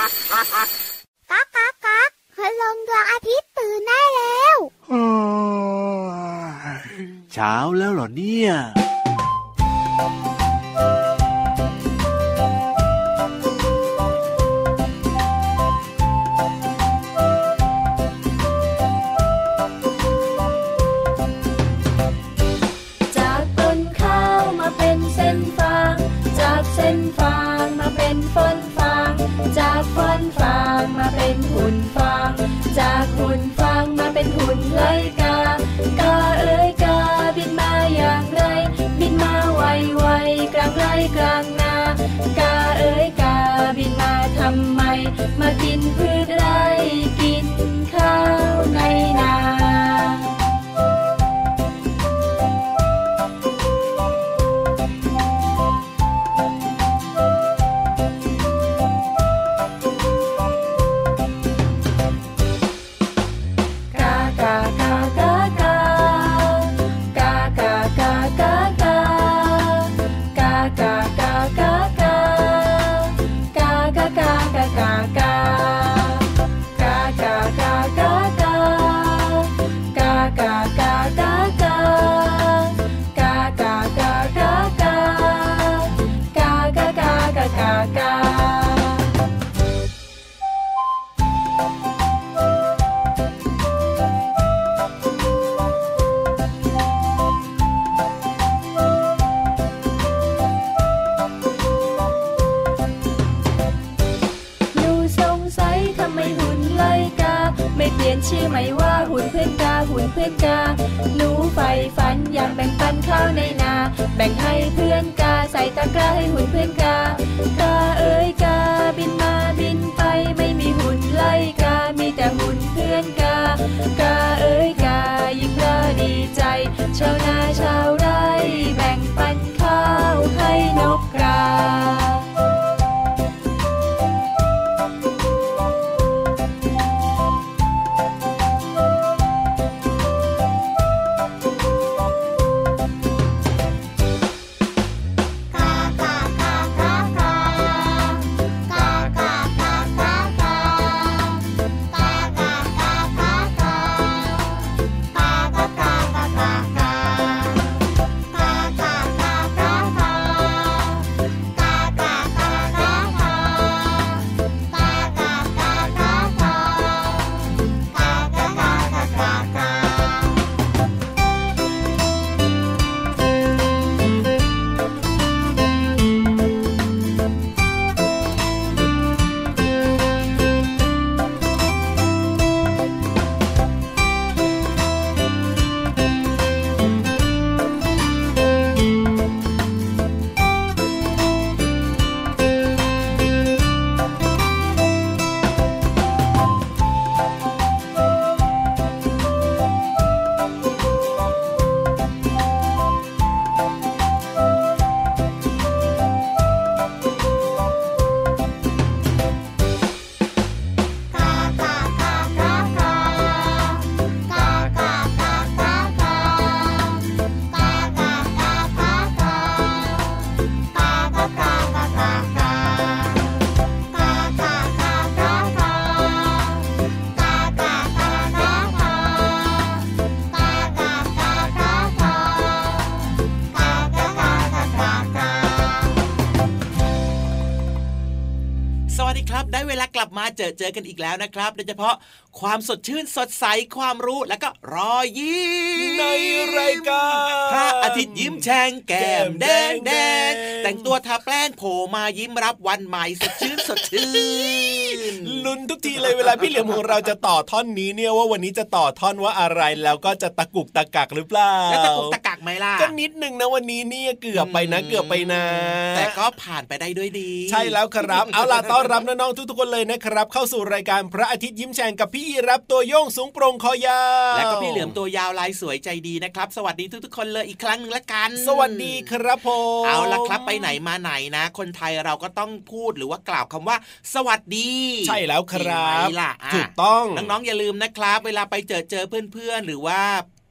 ก๊ากก๊ากก๊ากคืลงดวงอาทิตย์ตื่นได้แล้วเช้าแล้วเหรอเนี่ยจากฟันฟางมาเป็นหุ่นฟางจากหุ่นฟางมาเป็นหุ่นไล่กากาเอ้ยกาบินมาอย่างไรบินมาไวไวกลางไร่กลางนากาเอ้ยกาบินมาทำไมมากินพืชไร่กินข้าวในนาชื่อไหมว่าหุ่นเพื่อนกาหุ่นเพื่อนกาหนูใฝ่ฝันอยากแบ่งปันข้าวในนาแบ่งให้เพื่อนกาใส่ตะกร้าให้หุ่นเพื่อนกากาเอ้ยกาบินมาบินไปไม่มีหุ่นไล่กามีแต่หุ่นเพื่อนกากาเอ้ยกายิ่งก็ดีใจชาวนาชาวไร่แบ่งปันข้าวให้นกกาได้เวลากลับมาเจอกันอีกแล้วนะครับโดยเฉพาะความสดชื่นสดใสความรู้แล้วก็รอยยิ้มในรายการพระอาทิตย์ยิ้มแฉ่งแก้มแดงแดงแต่งตัวทาแป้งโผล่มายิ้มรับวันใหม่สดชื่นสดชื่นลุ้นทุกทีเลยเวลาพี่เหลือมของเราจะต่อท่อนนี้เนี่ยว่าวันนี้จะต่อท่อนว่าอะไรแล้วก็จะตะกุกตะกักหรือเปล่าแล้วตะกุกตะกักไหมล่ะก็นิดนึงนะวันนี้เนี่ยเกือบไปนะแต่ก็ผ่านไปได้ด้วยดีใช่แล้วครับเอาล่ะต้อนรับน้องๆทุกๆคนเลยนะครับเข้าสู่รายการพระอาทิตย์ยิ้มแฉ่งกับพี่รับตัวโยงสูงโปร่งคอยาวและก็พี่เหลือมตัวยาวลายสวยใจดีนะครับสวัสดีทุกๆคนเลยอีกครั้งนึงละกันสวัสดีครับผมเอาล่ะครับไปไหนมาไหนนะคนไทยเราก็ต้องพูดหรือว่ากล่าวคำว่าสวัสดีใช่แล้วครับถูกต้องน้องๆอย่าลืมนะครับเวลาไปเจอเพื่อนๆหรือว่า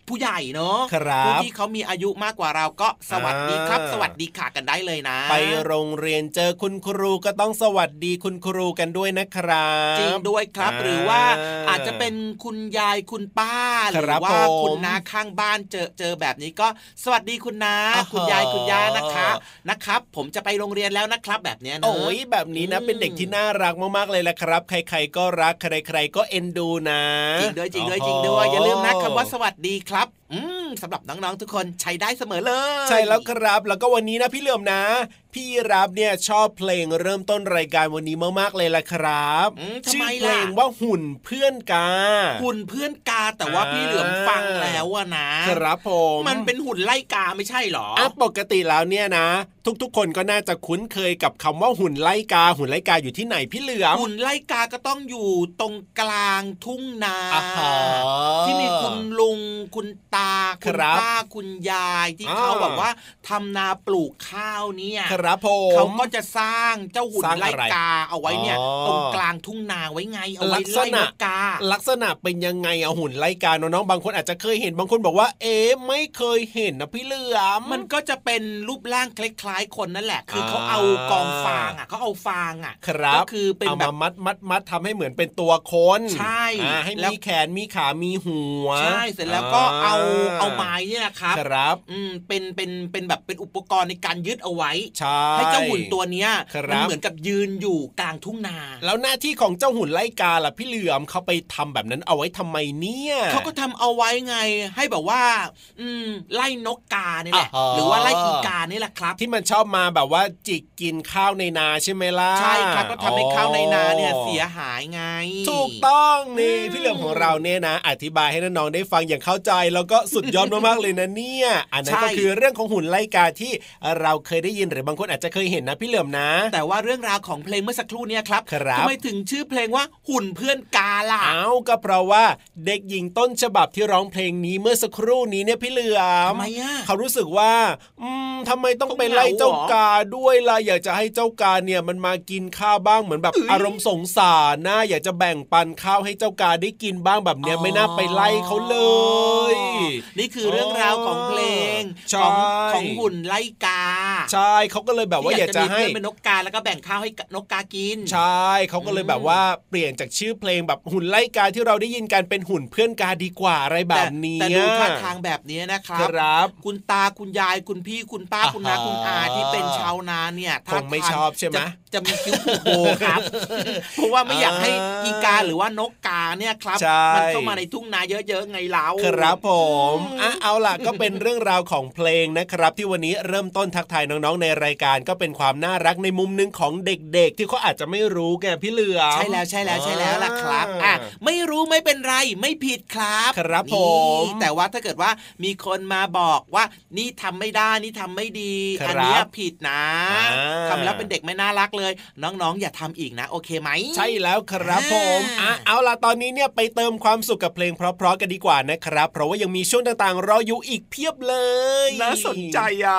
ผู้ใหญ่เนาะผู้ที่เขามีอายุมากกว่าเราก็สวัสดีครับสวัสดีค่ะกันได้เลยนะไปโรงเรียนเจอคุณครูก็ต้องสวัสดีคุณครูกันด้วยนะครับจริงด้วยครับหรือว่าอาจจะเป็นคุณยายคุณป้าหรือว่าคุณน้าข้างบ้านเจอแบบนี้ก็สวัสดีคุณน้าคุณยายคุณย่านะครับผมจะไปโรงเรียนแล้วนะครับแบบนี้นะโอ้ยแบบนี้นะเป็นเด็กที่น่ารักมากๆเลยแหละครับใครๆก็รักใครๆก็เอ็นดูนะจริงด้วยอย่าลืมนะคำว่าสวัสดีครับสำหรับน้องๆทุกคนใช้ได้เสมอเลยใช่แล้วครับแล้วก็วันนี้นะพี่เหลือมนะพี่รับเนี่ยชอบเพลงเริ่มต้นรายการวันนี้มากๆเลยล่ะครับชื่อเพลงว่าหุ่นเพื่อนกาหุ่นเพื่อนกาแต่ว่าพี่เหลือมฟังแล้วอะนะครับผมมันเป็นหุ่นไล่กาไม่ใช่หรอปกติแล้วเนี่ยนะทุกๆคนก็น่าจะคุ้นเคยกับคำว่าหุ่นไล่กาหุ่นไล่กาอยู่ที่ไหนพี่เหลือมหุ่นไล่กาก็ต้องอยู่ตรงกลางทุ่งนาที่มีคุณลุงคุณตาคุณป้าคุณยายที่เขาแบบว่าทำนาปลูกข้าวเนี่ยเขาก็จะสร้างเจ้าหุ่นไล่กาเอาไว้เนี่ยตรงกลางทุ่งนาไว้ไงเอาไว้ไล่นกกาลักษณะเป็นยังไงเอาหุ่นไล่กาน้องๆบางคนอาจจะเคยเห็นบางคนบอกว่าไม่เคยเห็นนะพี่เหลือมมันก็จะเป็นรูปร่างคล้ายๆคนนั่นแหละคือเขาเอากองฟางเขาเอาฟางก็คือเป็นแบบมัดทำให้เหมือนเป็นตัวคนใช่ให้มีแขนมีขามีหัวใช่เสร็จแล้วก็เอาไม้เนี่ยนะครับเป็นแบบเป็นอุปกรณ์ในการยึดเอาไว้ให้เจ้าหุ่นตัวเนี้ยมันเหมือนกับยืนอยู่กลางทุ่งนาแล้วหน้าที่ของเจ้าหุ่นไล่กาล่ะพี่เหลือมเขาไปทำแบบนั้นเอาไว้ทำไมเนี่ยเขาก็ทำเอาไว้ไงให้แบบว่าไล่นกกาเนี่ยแหละหรือว่าไล่อีกานี่แหละครับที่มันชอบมาแบบว่าจิกกินข้าวในนาใช่ไหมล่ะใช่ครับก็ทำให้ข้าวในนาเนี่ยเสียหายไงถูกต้องนี่พี่เหลือมของเราเนี่ยนะอธิบายให้น้องๆได้ฟังอย่างเข้าใจแล้วก็สุดยอดมากๆเลยนะเนี่ยอันนั้นก็คือเรื่องของหุ่นไล่กาที่เราเคยได้ยินหรือบางคนอาจจะเคยเห็นนะพี่เหลือมนะแต่ว่าเรื่องราวของเพลงเมื่อสักครู่นี้ครับทำไมถึงชื่อเพลงว่าหุ่นเพื่อนกาล่ะก็เพราะว่าเด็กหญิงต้นฉบับที่ร้องเพลงนี้เมื่อสักครู่นี้เนี่ยพี่เหลือมทำไมเขารู้สึกว่าทำไมต้องไปไล่เจ้ากาด้วยล่ะอยากจะให้เจ้ากาเนี่ยมันมากินข้าวบ้างเหมือนแบบอารมณ์สงสารนะอยากจะแบ่งปันข้าวให้เจ้ากาได้กินบ้างแบบเนี้ยไม่น่าไปไล่เขาเลยนี่คือเรื่องราวของเพลงของหุ่นไล่กาใช่เขาก็เลยแบบว่าอยากจะให้เป็นนกกาแล้วก็แบ่งข้าวให้นกกากินใช่เขาก็เลยแบบว่าเปลี่ยนจากชื่อเพลงแบบหุ่นไล่กาที่เราได้ยินกันเป็นหุ่นเพื่อนกาดีกว่าอะไรแบบนี้แต่ดูท่าทางแบบนี้นะครับคุณตาคุณยายคุณพี่คุณป้าคุณน้าคุณอาที่เป็นชาวนาเนี่ยคงไม่ชอบใช่ไหมจะมีคิ้วผูกโบครับเพราะว่าไม่อยากให้อีกาหรือว่านกกาเนี่ยครับมันเข้ามาในทุ่งนาเยอะๆไงเราครับผมเอาล่ะก็เป็นเรื่องราวของเพลงนะครับที่วันนี้เริ่มต้นทักทายน้องๆในรายการก็เป็นความน่ารักในมุมนึงของเด็กๆที่เขาอาจจะไม่รู้แกพี่เหลือใช่แล้วล่ะครับไม่รู้ไม่เป็นไรไม่ผิดครับครับผมแต่ว่าถ้าเกิดว่ามีคนมาบอกว่านี่ทำไม่ได้นี่ทำไม่ดีอันนี้ผิดนะทำแล้วเป็นเด็กไม่น่ารักเลยน้องๆอย่าทำอีกนะโอเคไหมใช่แล้วครับผมเอาล่ะตอนนี้เนี่ยไปเติมความสุขกับเพลงเพราะๆกันดีกว่านะครับเพราะว่ายังมีช่วงต่างๆรออยู่อีกเพียบเลยน่าสนใจอ่ะ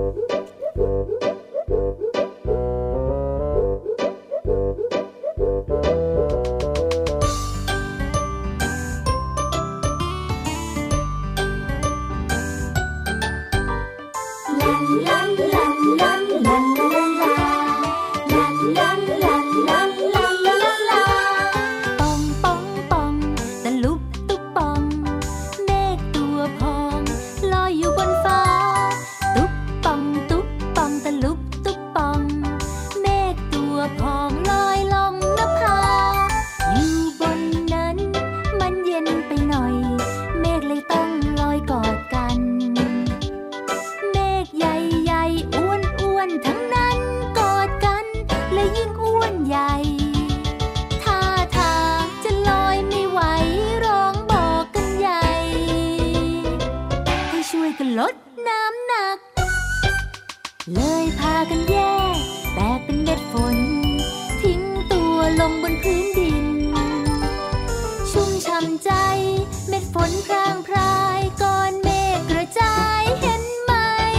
ลดน้ำหนักเลยพากันแยกแตกเป็นเม็ดฝนทิ้งตัวลงบนพื้นดินชุ่มช่ำใจเม็ดฝนพรางพรายก้อนเมฆกระจายเห็นไหม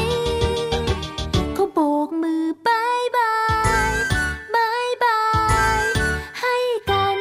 เขาโบกมือบายบายบายบายให้กัน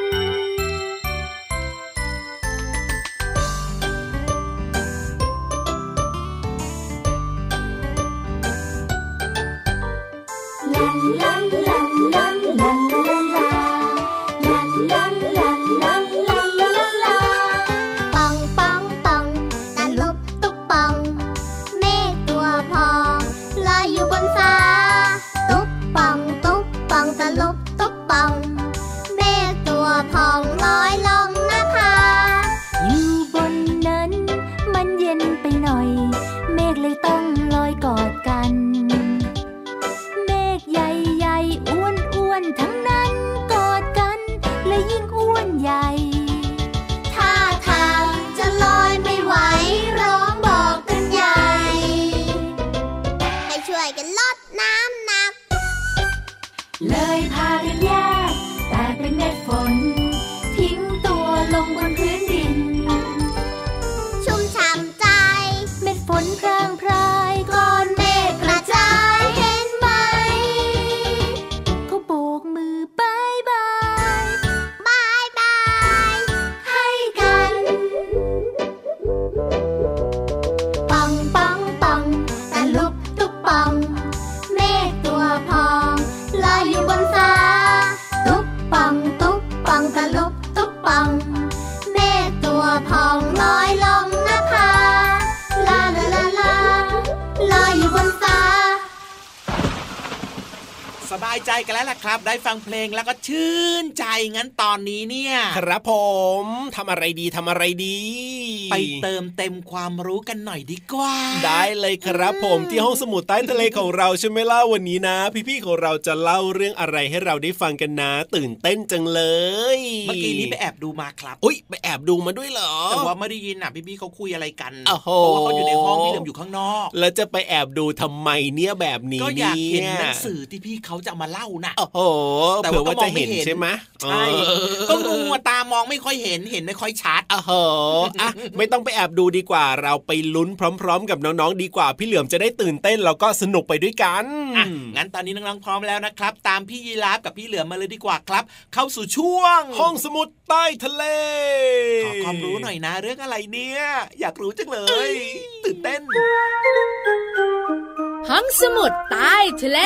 ป่องเมฆตัวพองลอยลงนะคะอยู่บนนั้นมันเย็นไปหน่อยเมฆเลยต้องลอยกอดกันเมฆใหญ่ๆอ้วนๆทั้งนั้นกอดกันและยิ่งอ้วนใหญ่ท่าทางจะลอยไม่ไหวร้องบอกกันใหญ่ให้ช่วยกันลดน้ำหนักเลยพากันแยกแต่เป็นเม็ดฝนทิ้งตัวลงบนพื้นดินชุ่มฉ่ำใจเม็ดฝนพรางพรายก้อนเมฆกระจายเห็นไหมเขาโบกมือบายบายบายบายให้กันป่องป่องป่องตะลุบตุบป่องเมฆตัวพองลอยอยู่บนฟ้าตุ๊บป่องตุ๊บป่องตะลุบตุ๊บป่องเมฆตัวพองลอยลงนะคะลาลาลาลาลอยอยู่บนฟ้าสบายใจกันแล้วล่ะครับได้ฟังเพลงแล้วก็ชื่นใจงั้นตอนนี้เนี่ยครับผมทำอะไรดีไปเติมเต็มความรู้กันหน่อยดีกว่าได้เลยครับผมที่ห้องสมุดใต้ทะเลของเราใช่ไหมล่ะวันนี้นะพี่ๆของเราจะเล่าเรื่องอะไรให้เราได้ฟังกันนะตื่นเต้นจังเลยเมื่อกี้นี้ไปแอบดูมาครับอุ๊ยไปแอบดูมาด้วยเหรอแต่ว่าไม่ได้ยินนะพี่ๆเขาคุยอะไรกันเพราะว่าเขาอยู่ในห้องพี่เหลือมอยู่ข้างนอกแล้วจะไปแอบดูทำไมเนี่ยแบบนี้ก็อยากเห็นหนังสือที่พี่เขาจะมาเล่านะโอ้โหแต่ว่าจะเห็นใช่ไหมใช่ก็งูตามองไม่ค่อยเห็นไม่ค่อยชัดโอ้โหไม่ต้องไปแอบดูดีกว่าเราไปลุ้นพร้อมๆกับน้องๆดีกว่าพี่เหลือมจะได้ตื่นเต้นแล้วก็สนุกไปด้วยกันงั้นตอนนี้น้องๆพร้อมแล้วนะครับตามพี่ยีราฟกับพี่เหลือมมาเลยดีกว่าครับเข้าสู่ช่วงห้องสมุดใต้ทะเลขอความรู้หน่อยนะเรื่องอะไรเนี่ยอยากรู้จังเลยตื่นเต้นห้องสมุดใต้ทะเล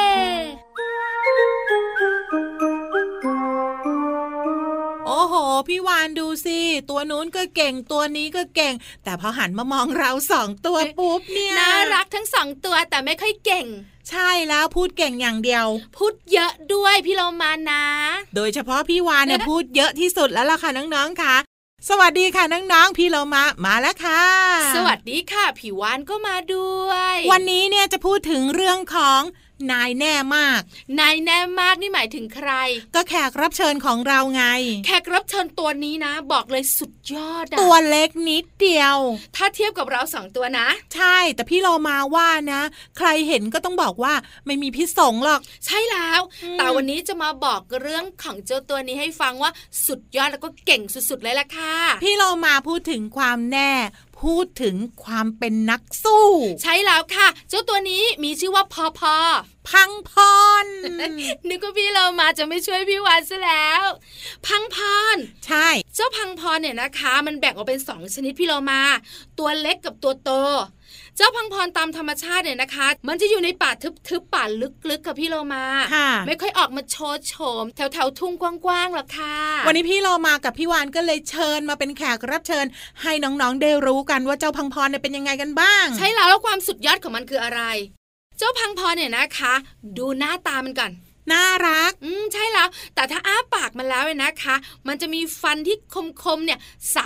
โอ้โหพี่วานดูสิตัวนู้นก็เก่งตัวนี้ก็เก่งแต่พอหันมามองเรา2ตัวปุ๊บเนี่ยน่ารักทั้ง2ตัวแต่ไม่ค่อยเก่งใช่แล้วพูดเก่งอย่างเดียวพูดเยอะด้วยพี่เรามานะโดยเฉพาะพี่วานเนี่ยพูดเยอะที่สุดแล้วล่ะค่ะน้องๆค่ะสวัสดีค่ะน้องๆพี่เรามาแล้วค่ะสวัสดีค่ะพี่วานก็มาด้วยวันนี้เนี่ยจะพูดถึงเรื่องของนายแน่มากนายแน่มากนี่หมายถึงใครก็แขกรับเชิญของเราไงแขกรับเชิญตัวนี้นะบอกเลยสุดยอดอะตัวเล็กนิดเดียวถ้าเทียบกับเรา2ตัวนะใช่แต่พี่เรามาว่านะใครเห็นก็ต้องบอกว่าไม่มีพิษสงหรอกใช่แล้วแต่วันนี้จะมาบอกเรื่องของเจ้าตัวนี้ให้ฟังว่าสุดยอดแล้วก็เก่งสุดๆเลยล่ะค่ะพี่เรามาพูดถึงความแน่พูดถึงความเป็นนักสู้ใช่แล้วค่ะเจ้าตัวนี้มีชื่อว่าพอพังพรนึกว่าพี่เรามาจะไม่ช่วยพี่วานซะแล้วพังพรใช่เจ้าพังพรเนี่ยนะคะมันแบ่งออกเป็น2ชนิดพี่เรามาตัวเล็กกับตัวโตเจ้าพังพรตามธรรมชาติเนี่ยนะคะมันจะอยู่ในป่าทึบๆป่าลึกๆกับพี่โลมาไม่ค่อยออกมาโชว์โฉมแถวๆทุ่งกว้างๆหรอกค่ะวันนี้พี่โลมากับพี่วานก็เลยเชิญมาเป็นแขกรับเชิญให้น้องๆได้รู้กันว่าเจ้าพังพรเนี่ยเป็นยังไงกันบ้างใช่แล้วความสุดยอดของมันคืออะไรเจ้าพังพรเนี่ยนะคะดูหน้าตามันก่อนน่ารักใช่แล้วแต่ถ้าอ้าปากมันแล้วเนี่ยนะคะมันจะมีฟันที่คมๆเนี่ย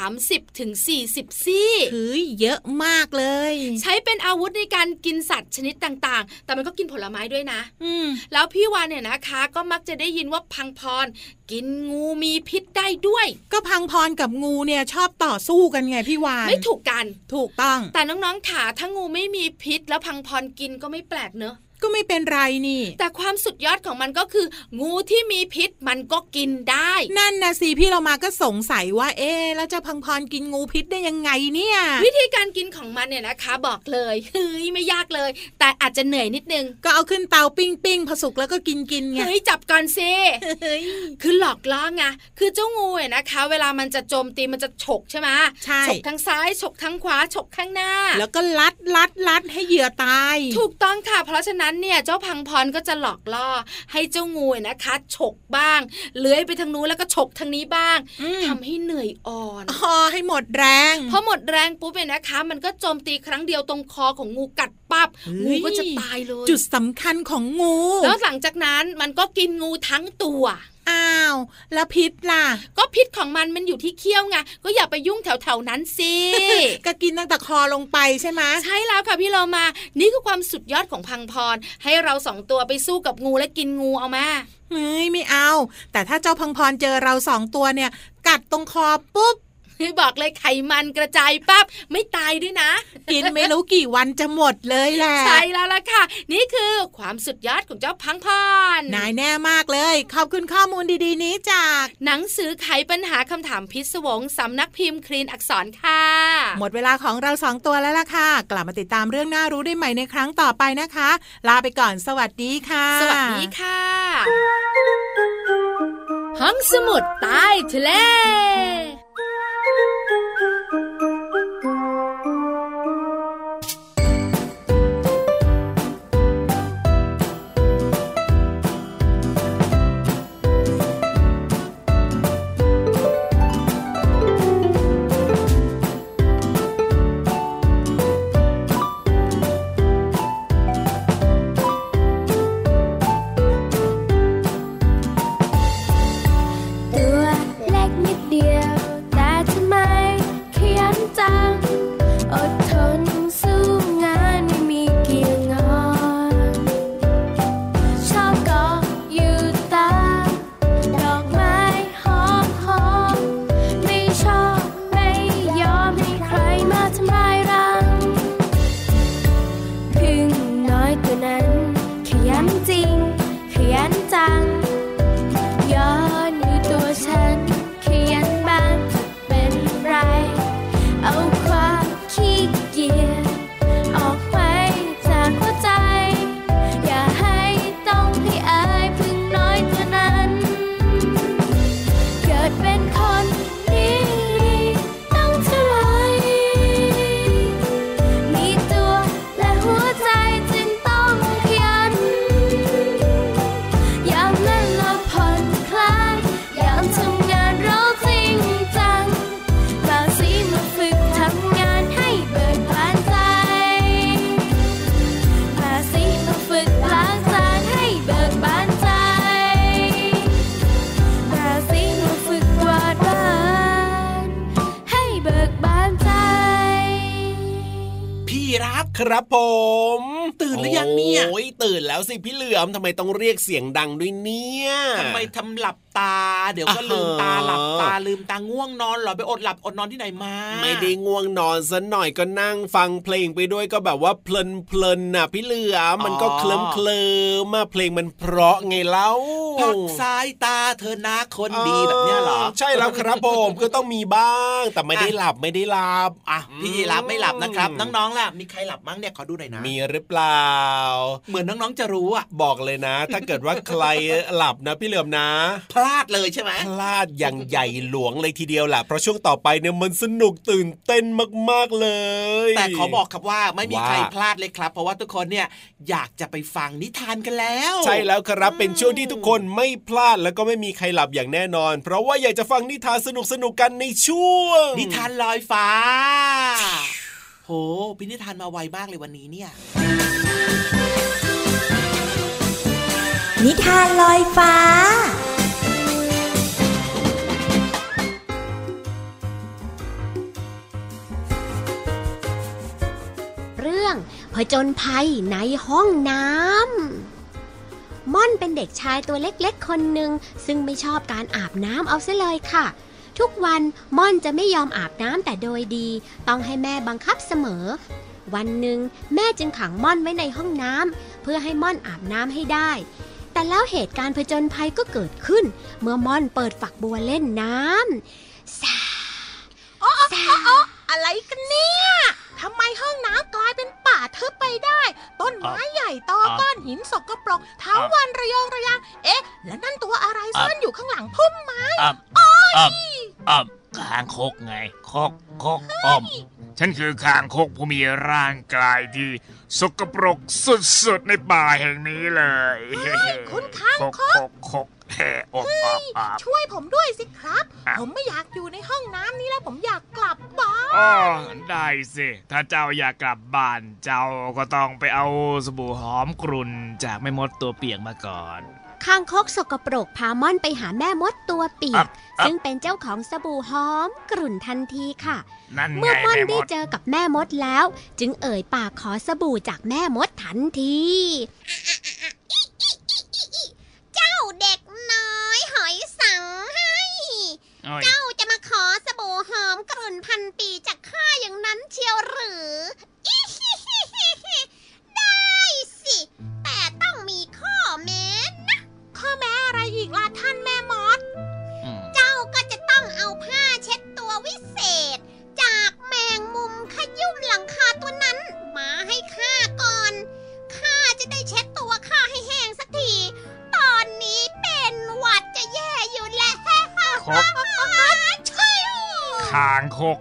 30-40ซี่เยอะมากเลยใช้เป็นอาวุธในการกินสัตว์ชนิดต่างๆแต่มันก็กินผลไม้ด้วยนะแล้วพี่วานเนี่ยนะคะก็มักจะได้ยินว่าพังพรกินงูมีพิษได้ด้วยก็พังพรกับงูเนี่ยชอบต่อสู้กันไงพี่วานไม่ถูกกันถูกต้องแต่น้องๆขาถ้างูไม่มีพิษแล้วพังพรกินก็ไม่แปลกเนอะก็ไม่เป็นไรนี่แต่ความสุดยอดของมันก็คืองูที่มีพิษมันก็กินได้นั่นนะสิพี่เรามาก็สงสัยว่าแล้วเจ้าพังพรกินงูพิษได้ยังไงเนี่ยวิธีการกินของมันเนี่ยนะคะบอกเลยไม่ยากเลยแต่อาจจะเหนื่อยนิดนึงก็เอาขึ้นเตาปิ้งพอสุกแล้วก็กินไงจับก่อนซิคือหลอกล่อไงคือเจ้างูเนี่ยนะคะเวลามันจะโจมตีมันจะฉกใช่ไหมฉกทั้งซ้ายฉกทั้งขวาฉกข้างหน้าแล้วก็ลัดให้เหยื่อตายถูกต้องค่ะเพราะฉะนั้นเนี่ยเจ้าพังพรก็จะหลอกล่อให้เจ้างูนะคะฉกบ้างเลื้อยไปทางนู้นแล้วก็ฉกทางนี้บ้างทำให้เหนื่อยอ่อนให้หมดแรงพอหมดแรงปุ๊บเนี่ยนะคะมันก็โจมตีครั้งเดียวตรงคอของงูกัดปั๊บงูก็จะตายเลยจุดสำคัญของงูแล้วหลังจากนั้นมันก็กินงูทั้งตัวอ้าวแล้วพิษล่ะก็พิษของมันอยู่ที่เขี้ยวไงก็อย่าไปยุ่งแถวๆนั้นสิก็กินตั้งแต่คอลงไปใช่ไหมใช่แล้วค่ะพี่เรามานี่คือความสุดยอดของพังพรให้เรา2ตัวไปสู้กับงูและกินงูเอามาไม่เอาแต่ถ้าเจ้าพังพรเจอเรา2ตัวเนี่ยกัดตรงคอปุ๊บบอกเลยไขมันกระจายปั๊บไม่ตายด้วยนะกินไม่รู้กี่วันจะหมดเลยแหละใช่แล้วล่ะค่ะนี่คือความสุดยอดของเจ้าพังพรนายแน่มากเลยขอบคุณข้อมูลดีๆนี้จากหนังสือไขปัญหาคำถามพิศวงสำนักพิมพ์คลีนอักษรค่ะหมดเวลาของเรา2ตัวแล้วล่ะค่ะกลับมาติดตามเรื่องน่ารู้ได้ใหม่ในครั้งต่อไปนะคะลาไปก่อนสวัสดีค่ะสวัสดีค่ะห้องสมุดใต้ทะเลครับผมตื่นหรือยังเนี่ยโอ้ยตื่นแล้วสิพี่เหลือมทำไมต้องเรียกเสียงดังด้วยเนี่ยทำไมทำหลับตาเดี๋ยวก็ลืมตาหลับตาลืมตาง่วงนอนหรอไปอดหลับอดนอนที่ไหนมาไม่ได้ง่วงนอนซะหน่อยก็นั่งฟังเพลงไปด้วยก็แบบว่าเพลินน่ะพี่เหลือมมันก็เคลิ้มมาเพลงมันเพราะไงเล่าพักสายตาเธอนะคนดีแบบเนี้ยหรอใช่แล้วครับผมก็ต้องมีบ้างแต่ไม่ได้หลับอ่ะพี่หลับไม่หลับนะครับน้องๆล่ะมีใครหลับมั้งเนี่ยขอดูหน่อยนะมีหรือเปล่าเหมือนน้องๆจะรู้อ่ะบอกเลยนะถ้าเกิดว่าใครหลับนะพี่เหลือมนะพลาดเลยใช่ไหมพลาดอย่างใหญ่หลวงเลยทีเดียวแหละเพราะช่วงต่อไปเนี่ยมันสนุกตื่นเต้นมากๆเลยแต่ขอบอกครับว่าไม่มีใครพลาดเลยครับเพราะว่าทุกคนเนี่ยอยากจะไปฟังนิทานกันแล้วใช่แล้วครับเป็นช่วงที่ทุกคนไม่พลาดแล้วก็ไม่มีใครหลับอย่างแน่นอนเพราะว่าอยากจะฟังนิทานสนุกกันในช่วงนิทานลอยฟ้าโหพี่นิทานมาไวมากเลยวันนี้เนี่ยนิทานลอยฟ้าเรื่องผจญภัยในห้องน้ำม่อนเป็นเด็กชายตัวเล็กๆคนหนึ่งซึ่งไม่ชอบการอาบน้ำเอาซะเลยค่ะทุกวันม่อนจะไม่ยอมอาบน้ำแต่โดยดีต้องให้แม่บังคับเสมอวันหนึ่งแม่จึงขังม่อนไว้ในห้องน้ำเพื่อให้ม่อนอาบน้ำให้ได้แต่แล้วเหตุการณ์ผจญภัยก็เกิดขึ้นเมื่อม่อนเปิดฝักบัวเล่นน้ำอะไรกันเนี่ยทำไมห้องน้ำกลายเป็นป่าทึบไปได้ต้นไม้ใหญ่ตอก้อนหินสกปรกเท้าวันระยองระยางเอ๊ะแล้วนั่นตัวอะไรซ่อนอยู่ข้างหลังพุ่มไม้คางคกไงคกอ้อมฉันคือคางคกผู้มีร่างกายที่สกปรกสุดๆในป่าแห่งนี้เลยคุณคางคกช่วยผมด้วยสิครับผมไม่อยากอยู่ในห้องน้ำนี้แล้วผมอยากกลับบ้านอ๋อได้สิถ้าเจ้าอยากกลับบ้านเจ้าก็ต้องไปเอาสบู่หอมกรุ่นจากแม่มดตัวเปียกมาก่อนคางคกสกปรกพาม่อนไปหาแม่มดตัวเปียกซึ่งเป็นเจ้าของสบู่หอมกรุ่นทันทีค่ะเมื่อม่อนได้เจอกับแม่มดแล้วจึงเอ่ยปากขอสบู่จากแม่มดทันทีเจ้าเด็กน้อยหอยสังให้เจ้าจะมาขอสบู่หอมกรุ่นพันปีจากข้าอย่างนั้นเชียวหรือได้สิแต่ต้องมีข้อแม้นะข้อแม้อะไรอีกล่ะท่านแม่มดเจ้าก็จะต้องเอาผ้าเช็ดตัววิเศษจากแมงมุมขยุ่มหลังคาตัวนั้นมาให้ข้าก่อนข้าจะได้เช็ดตัวข้าให้แห้งสักทีตอนนี้เป็นหวัดจะแย่อยู่แล้วคางคก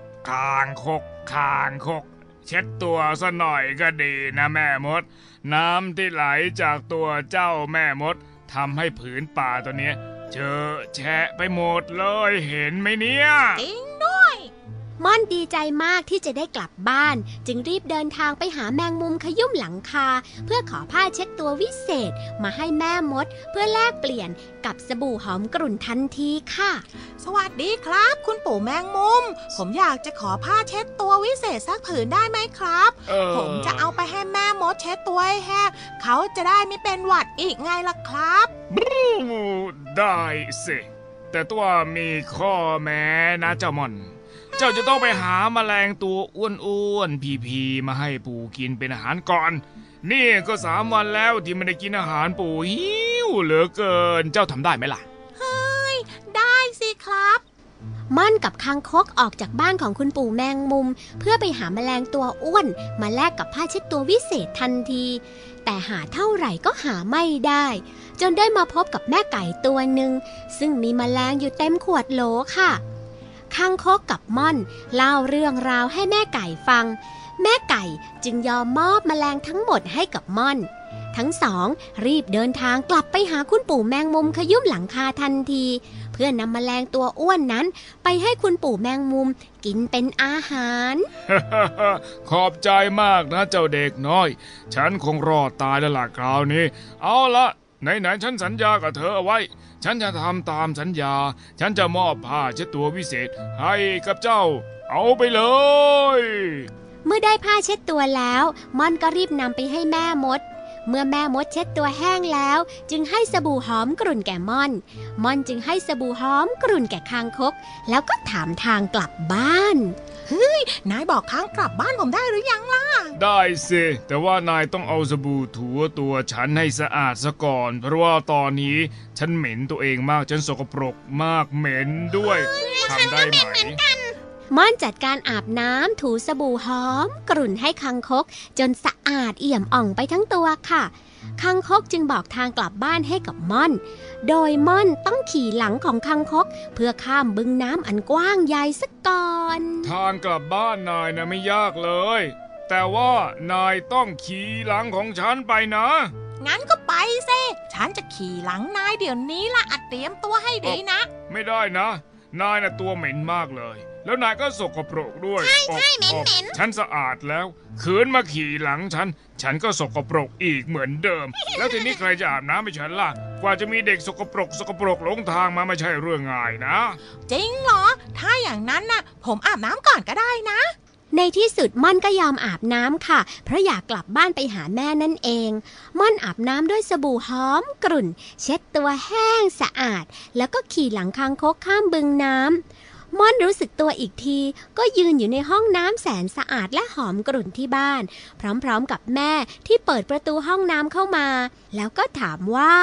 เช็ดตัวซะหน่อยก็ดีนะแม่มดน้ำที่ไหลจากตัวเจ้าแม่มดทำให้ผืนป่าตัวนี้เจอะแฉะไปหมดเลยเห็นไหมเนี่ยจริงด้วยม่อนดีใจมากที่จะได้กลับบ้านจึงรีบเดินทางไปหาแมงมุมขยุ่มหลังคาเพื่อขอผ้าเช็ดตัววิเศษมาให้แม่มดเพื่อแลกเปลี่ยนกับสบู่หอมกรุ่นทันทีค่ะสวัสดีครับคุณปู่แมงมุมผมอยากจะขอผ้าเช็ดตัววิเศษสักผืนได้ไหมครับผมจะเอาไปให้แม่มดเช็ดตัวให้แห้งเขาจะได้ไม่เป็นหวัดอีกไงล่ะครับได้สิแต่ตัวมีข้อแม้นะเจ้ามอนเจ้าจะต้องไปหาแมลงตัวอ้วนๆพีๆมาให้ปู่กินเป็นอาหารก่อนนี่ก็3 วันแล้วที่ไม่ได้กินอาหารปู่หิวเหลือเกินเจ้าทำได้ไหมล่ะเฮ้ยได้สิครับม่อนกับคางคกออกจากบ้านของคุณปู่แมงมุมเพื่อไปหาแมลงตัวอ้วนมาแลกกับผ้าเช็ดตัววิเศษทันทีแต่หาเท่าไหร่ก็หาไม่ได้จนได้มาพบกับแม่ไก่ตัวหนึ่งซึ่งมีแมลงอยู่เต็มขวดโหลค่ะคางคกกับม่อนเล่าเรื่องราวให้แม่ไก่ฟังแม่ไก่จึงยอมมอบแมลงทั้งหมดให้กับม่อนทั้งสองรีบเดินทางกลับไปหาคุณปู่แมงมุมขยุ่มหลังคาทันทีเพื่อนำแมลงตัวอ้วนนั้นไปให้คุณปู่แมงมุมกินเป็นอาหารขอบใจมากนะเจ้าเด็กน้อยฉันคงรอดตายแล้วล่ะคราวนี้เอาละไหนฉันสัญญากับเธอเอาไว้ฉันจะทำตามสัญญาฉันจะมอบผ้าเช็ดตัววิเศษให้กับเจ้าเอาไปเลยเมื่อได้ผ้าเช็ดตัวแล้วม่อนก็รีบนำไปให้แม่มดเมื่อแม่มดเช็ดตัวแห้งแล้วจึงให้สบู่หอมกรุ่นแก่ม่อนจึงให้สบู่หอมกรุ่นแก่คางคกแล้วก็ถามทางกลับบ้านเฮ้ยนายบอกทางกลับบ้านผมได้หรือยังล่ะได้สิแต่ว่านายต้องเอาสบู่ถูตัวฉันให้สะอาดซะก่อนเพราะว่าตอนนี้ฉันเหม็นตัวเองมากฉันสกปรกมากเหม็นด้วยทำได้ไหมม่อนจัดการอาบน้ำถูสบู่หอมกรุ่นให้คางคกจนสะอาดเอี่ยมอ่องไปทั้งตัวค่ะคางคกจึงบอกทางกลับบ้านให้กับม่อนโดยม่อนต้องขี่หลังของคางคกเพื่อข้ามบึงน้ำอันกว้างใหญ่สักก่อนทางกลับบ้านนายนะไม่ยากเลยแต่ว่านายต้องขี่หลังของฉันไปนะงั้นก็ไปสิฉันจะขี่หลังนายเดี๋ยวนี้ล่ะเตรียมตัวให้ดีนะไม่ได้นะนายน่ะตัวเหม็นมากเลยแล้วนายก็สกปรกด้วยใช่เหม็นฉันสะอาดแล้วขืนมาขี่หลังฉันก็สกปรกอีกเหมือนเดิมแล้วทีนี้ใครจะอาบน้ำให้ฉันล่ะกว่าจะมีเด็กสกปรกหลงทางมาไม่ใช่เรื่องง่ายนะจริงเหรอถ้าอย่างนั้นน่ะผมอาบน้ำก่อนก็ได้นะในที่สุดม่อนก็ยอมอาบน้ำค่ะเพราะอยากกลับบ้านไปหาแม่นั่นเองม่อนอาบน้ำด้วยสบู่หอมกรุ่นเช็ดตัวแห้งสะอาดแล้วก็ขี่หลังคางคกข้ามบึงน้ำม่อนรู้สึกตัวอีกทีก็ยืนอยู่ในห้องน้ำแสนสะอาดและหอมกรุ่นที่บ้านพร้อมๆกับแม่ที่เปิดประตูห้องน้ำเข้ามาแล้วก็ถามว่า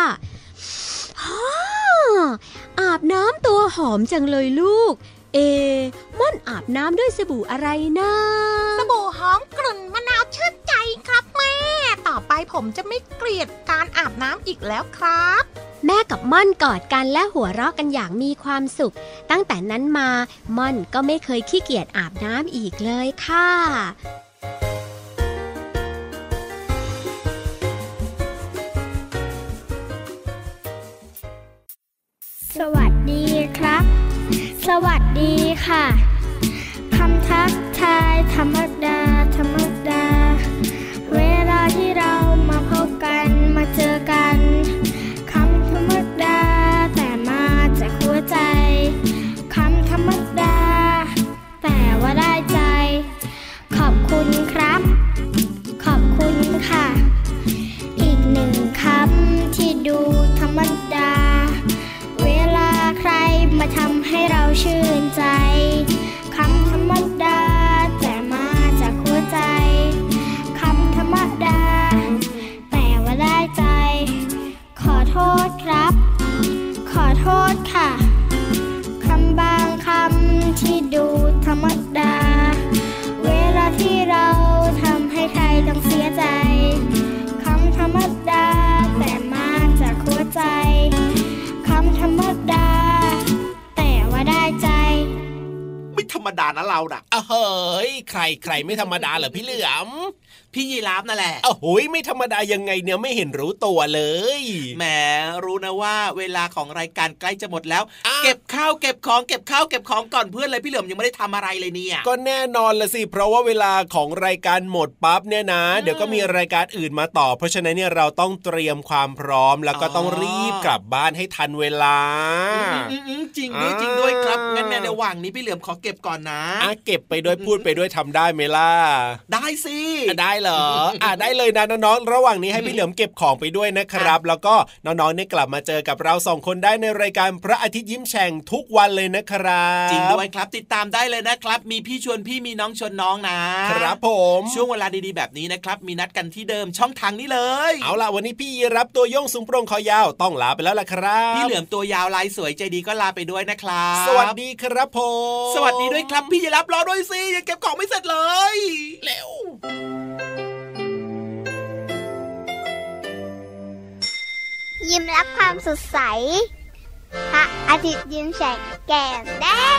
อาบน้ำตัวหอมจังเลยลูกม่อนอาบน้ำด้วยสบู่อะไรนะสบู่หอมกรุ่นมะนาวชื่นใจครับแม่ต่อไปผมจะไม่เกลียดการอาบน้ำอีกแล้วครับแม่กับม่อนกอดกันและหัวเราะกันอย่างมีความสุขตั้งแต่นั้นมาม่อนก็ไม่เคยขี้เกียจอาบน้ำอีกเลยค่ะสวัสดีครับสวัสดีค่ะคำทักทายธรรมดาธรรมดาเวลาที่เรามาพบกันมาเจอกันคำธรรมดาแต่มาจากหัวใจคำธรรมดาแต่ว่าได้ใจขอบคุณครับขอบคุณค่ะอีกหนึ่งคำที่ดูธรรมดาเวลาใครมาทำให้เราชื่นใจคำธรรมดาแต่มาจากหัวใจคำธรรมดาแต่ว่าได้ใจขอโทษครับขอโทษค่ะคำบางคำที่ดูธรรมดาเวลาที่เราทำให้ใครต้องเสียใจคำธรรมดาแต่มาจากหัวใจคำธรรมดาแต่ว่าได้ใจไม่ธรรมดานะเราน่ะเฮ้ยใครไม่ธรรมดาเหรอพี่เหลือมพี่ยีราฟนั่นแหละโอ้ยไม่ธรรมดายังไงเนี่ยไม่เห็นรู้ตัวเลยแหมรู้นะว่าเวลาของรายการใกล้จะหมดแล้วเก็บข้าวเก็บของเก็บข้าวเก็บของก่อนเพื่อนเลยพี่เหลือมยังไม่ได้ทำอะไรเลยเนี่ยก็แน่นอนละสิเพราะว่าเวลาของรายการหมดปั๊บเนี่ยนะเดี๋ยวก็มีรายการอื่นมาต่อเพราะฉะนั้นเนี่ยเราต้องเตรียมความพร้อมแล้วก็ต้องรีบกลับบ้านให้ทันเวลาจริงด้วยครับงั้นในระหว่างนี้พี่เหลือมขอเก็บก่อนนะเก็บไปด้วยพูดไปด้วยทำได้ไหมล่ะได้สิได้เหรอได้เลยนะน้องๆระหว่างนี้ให้พี่เหลือมเก็บของไปด้วยนะครับแล้วก็น้องๆเนี่ยกลับมาเจอกับเรา2คนได้ในรายการพระอาทิตย์ยิ้มแฉ่งทุกวันเลยนะครับจริงด้วยครับติดตามได้เลยนะครับมีพี่ชวนพี่มีน้องชวนน้องนะครับผมช่วงเวลาดีๆแบบนี้นะครับมีนัดกันที่เดิมช่องทางนี้เลยเอาล่ะวันนี้พี่รับตัวโยงสูงโปร่งคอยาวต้องลาไปแล้วล่ะครับพี่เหลือมตัวยาวลายสวยใจดีก็ลาไปด้วยนะครับสวัสดีครับผมสวัสดีด้วยครับพี่รับรอด้วยสิยังเก็บของไม่เสร็จเลยเร็วยิ้มรับความสดใสพระอาทิตย์ยิ้มแฉกแก้มแดง